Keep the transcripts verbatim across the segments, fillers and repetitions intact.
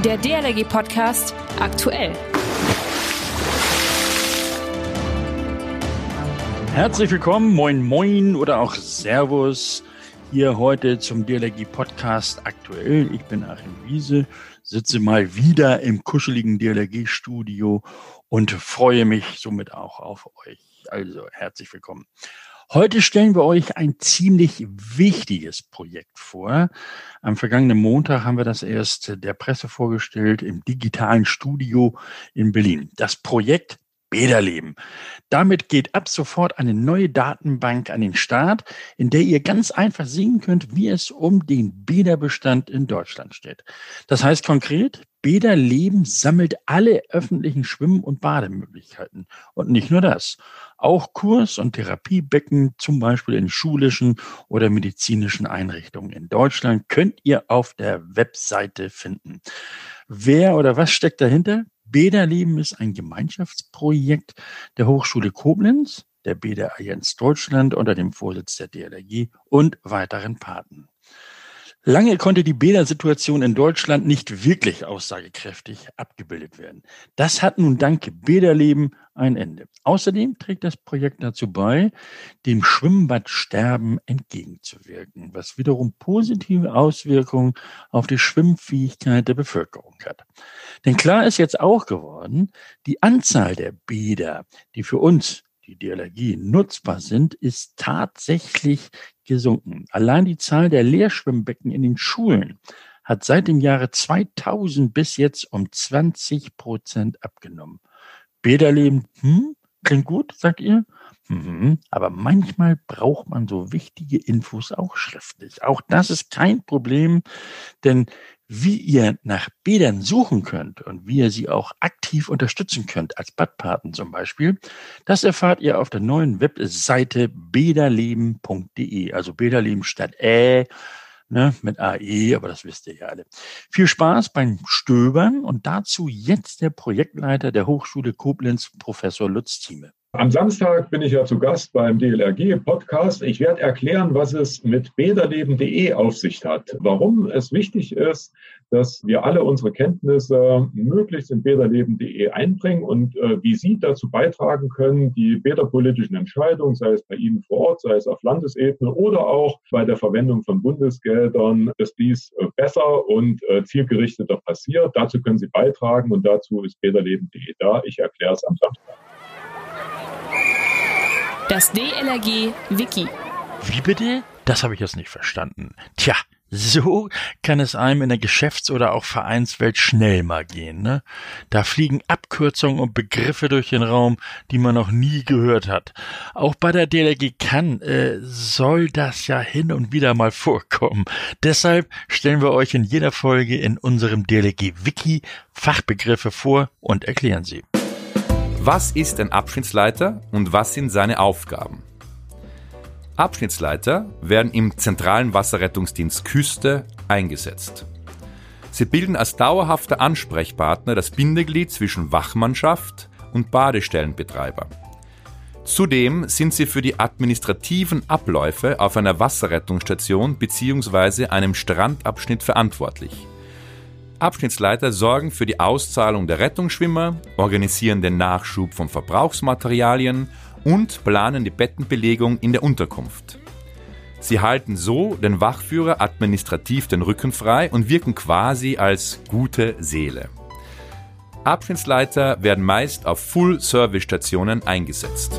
Der D L R G-Podcast aktuell. Herzlich willkommen, moin moin oder auch Servus, hier heute zum D L R G-Podcast aktuell. Ich bin Achim Wiese, sitze mal wieder im kuscheligen D L R G-Studio und freue mich somit auch auf euch. Also herzlich willkommen. Heute stellen wir euch ein ziemlich wichtiges Projekt vor. Am vergangenen Montag haben wir das erst der Presse vorgestellt im digitalen Studio in Berlin. Das Projekt Bäderleben. Damit geht ab sofort eine neue Datenbank an den Start, in der ihr ganz einfach sehen könnt, wie es um den Bäderbestand in Deutschland steht. Das heißt konkret, Bäderleben sammelt alle öffentlichen Schwimm- und Bademöglichkeiten. Und nicht nur das. Auch Kurs- und Therapiebecken, zum Beispiel in schulischen oder medizinischen Einrichtungen in Deutschland, könnt ihr auf der Webseite finden. Wer oder was steckt dahinter? Bäderleben ist ein Gemeinschaftsprojekt der Hochschule Koblenz, der Bäderallianz Deutschland unter dem Vorsitz der D L R G und weiteren Partnern. Lange konnte die Bädersituation in Deutschland nicht wirklich aussagekräftig abgebildet werden. Das hat nun dank Bäderleben ein Ende. Außerdem trägt das Projekt dazu bei, dem Schwimmbadsterben entgegenzuwirken, was wiederum positive Auswirkungen auf die Schwimmfähigkeit der Bevölkerung hat. Denn klar ist jetzt auch geworden, die Anzahl der Bäder, die für uns, die D L R G, nutzbar sind, ist tatsächlich gesunken. Allein die Zahl der Leerschwimmbecken in den Schulen hat seit dem Jahre zweitausend bis jetzt um zwanzig Prozent abgenommen. Bäderleben, hm, klingt gut, sagt ihr? Mhm, aber manchmal braucht man so wichtige Infos auch schriftlich. Auch das ist kein Problem, denn wie ihr nach Bädern suchen könnt und wie ihr sie auch aktiv unterstützen könnt, als Badpaten zum Beispiel, das erfahrt ihr auf der neuen Webseite bäderleben punkt de. Also Bäderleben statt Ä, ne, mit A E, aber das wisst ihr ja alle. Viel Spaß beim Stöbern und dazu jetzt der Projektleiter der Hochschule Koblenz, Professor Lutz Thieme. Am Samstag bin ich ja zu Gast beim D L R G-Podcast. Ich werde erklären, was es mit bäderleben punkt de auf sich hat. Warum es wichtig ist, dass wir alle unsere Kenntnisse möglichst in bäderleben punkt de einbringen und äh, wie Sie dazu beitragen können, die bäderpolitischen Entscheidungen, sei es bei Ihnen vor Ort, sei es auf Landesebene oder auch bei der Verwendung von Bundesgeldern, dass dies äh, besser und äh, zielgerichteter passiert. Dazu können Sie beitragen und dazu ist bäderleben punkt de da. Ich erkläre es am Samstag. Das D L R G-Wiki. Wie bitte? Das habe ich jetzt nicht verstanden. Tja, so kann es einem in der Geschäfts- oder auch Vereinswelt schnell mal gehen, ne? Da fliegen Abkürzungen und Begriffe durch den Raum, die man noch nie gehört hat. Auch bei der D L R G kann, äh, soll das ja hin und wieder mal vorkommen. Deshalb stellen wir euch in jeder Folge in unserem D L R G-Wiki Fachbegriffe vor und erklären sie. Was ist ein Abschnittsleiter und was sind seine Aufgaben? Abschnittsleiter werden im zentralen Wasserrettungsdienst Küste eingesetzt. Sie bilden als dauerhafter Ansprechpartner das Bindeglied zwischen Wachmannschaft und Badestellenbetreiber. Zudem sind sie für die administrativen Abläufe auf einer Wasserrettungsstation bzw. einem Strandabschnitt verantwortlich. Abschnittsleiter sorgen für die Auszahlung der Rettungsschwimmer, organisieren den Nachschub von Verbrauchsmaterialien und planen die Bettenbelegung in der Unterkunft. Sie halten so den Wachführer administrativ den Rücken frei und wirken quasi als gute Seele. Abschnittsleiter werden meist auf Full-Service-Stationen eingesetzt.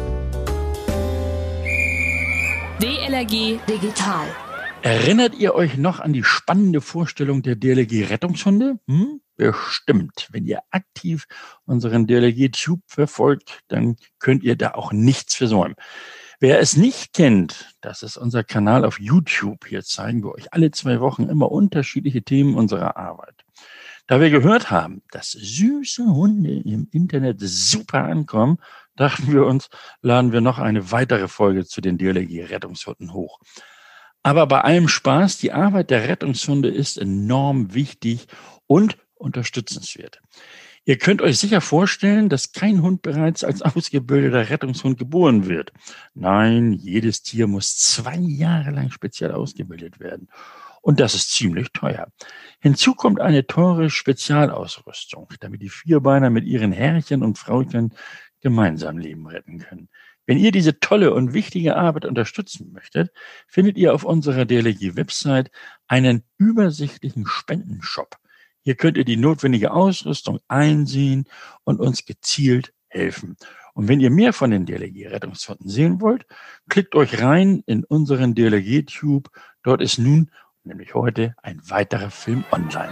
D L R G Digital. Erinnert ihr euch noch an die spannende Vorstellung der D L R G-Rettungshunde? Hm? Bestimmt. Wenn ihr aktiv unseren D L R G-Tube verfolgt, dann könnt ihr da auch nichts versäumen. Wer es nicht kennt, das ist unser Kanal auf YouTube. Hier zeigen wir euch alle zwei Wochen immer unterschiedliche Themen unserer Arbeit. Da wir gehört haben, dass süße Hunde im Internet super ankommen, dachten wir uns, laden wir noch eine weitere Folge zu den D L R G-Rettungshunden hoch. Aber bei allem Spaß, die Arbeit der Rettungshunde ist enorm wichtig und unterstützenswert. Ihr könnt euch sicher vorstellen, dass kein Hund bereits als ausgebildeter Rettungshund geboren wird. Nein, jedes Tier muss zwei Jahre lang speziell ausgebildet werden. Und das ist ziemlich teuer. Hinzu kommt eine teure Spezialausrüstung, damit die Vierbeiner mit ihren Herrchen und Frauchen gemeinsam Leben retten können. Wenn ihr diese tolle und wichtige Arbeit unterstützen möchtet, findet ihr auf unserer D L R G-Website einen übersichtlichen Spendenshop. Hier könnt ihr die notwendige Ausrüstung einsehen und uns gezielt helfen. Und wenn ihr mehr von den D L R G-Rettungshunden sehen wollt, klickt euch rein in unseren D L R G-Tube. Dort ist nun, nämlich heute, ein weiterer Film online.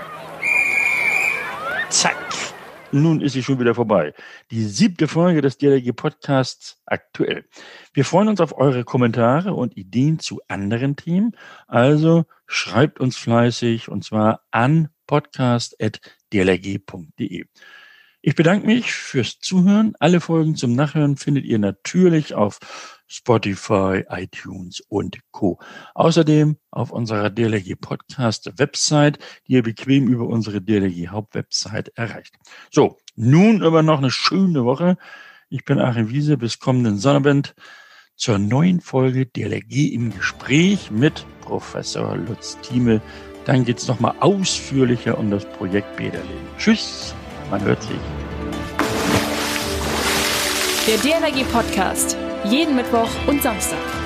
Zack! Nun ist sie schon wieder vorbei. Die siebte Folge des D L R G-Podcasts aktuell. Wir freuen uns auf eure Kommentare und Ideen zu anderen Themen. Also schreibt uns fleißig und zwar an podcast at d l r g punkt d e. Ich bedanke mich fürs Zuhören. Alle Folgen zum Nachhören findet ihr natürlich auf Spotify, iTunes und Co. Außerdem auf unserer D L R G-Podcast-Website, die ihr bequem über unsere D L R G-Hauptwebsite erreicht. So, nun aber noch eine schöne Woche. Ich bin Achim Wiese. Bis kommenden Sonnabend zur neuen Folge D L R G im Gespräch mit Professor Lutz Thieme. Dann geht's nochmal ausführlicher um das Projekt Bäderleben. Tschüss, man hört sich. Der D L R G-Podcast. Jeden Mittwoch und Samstag.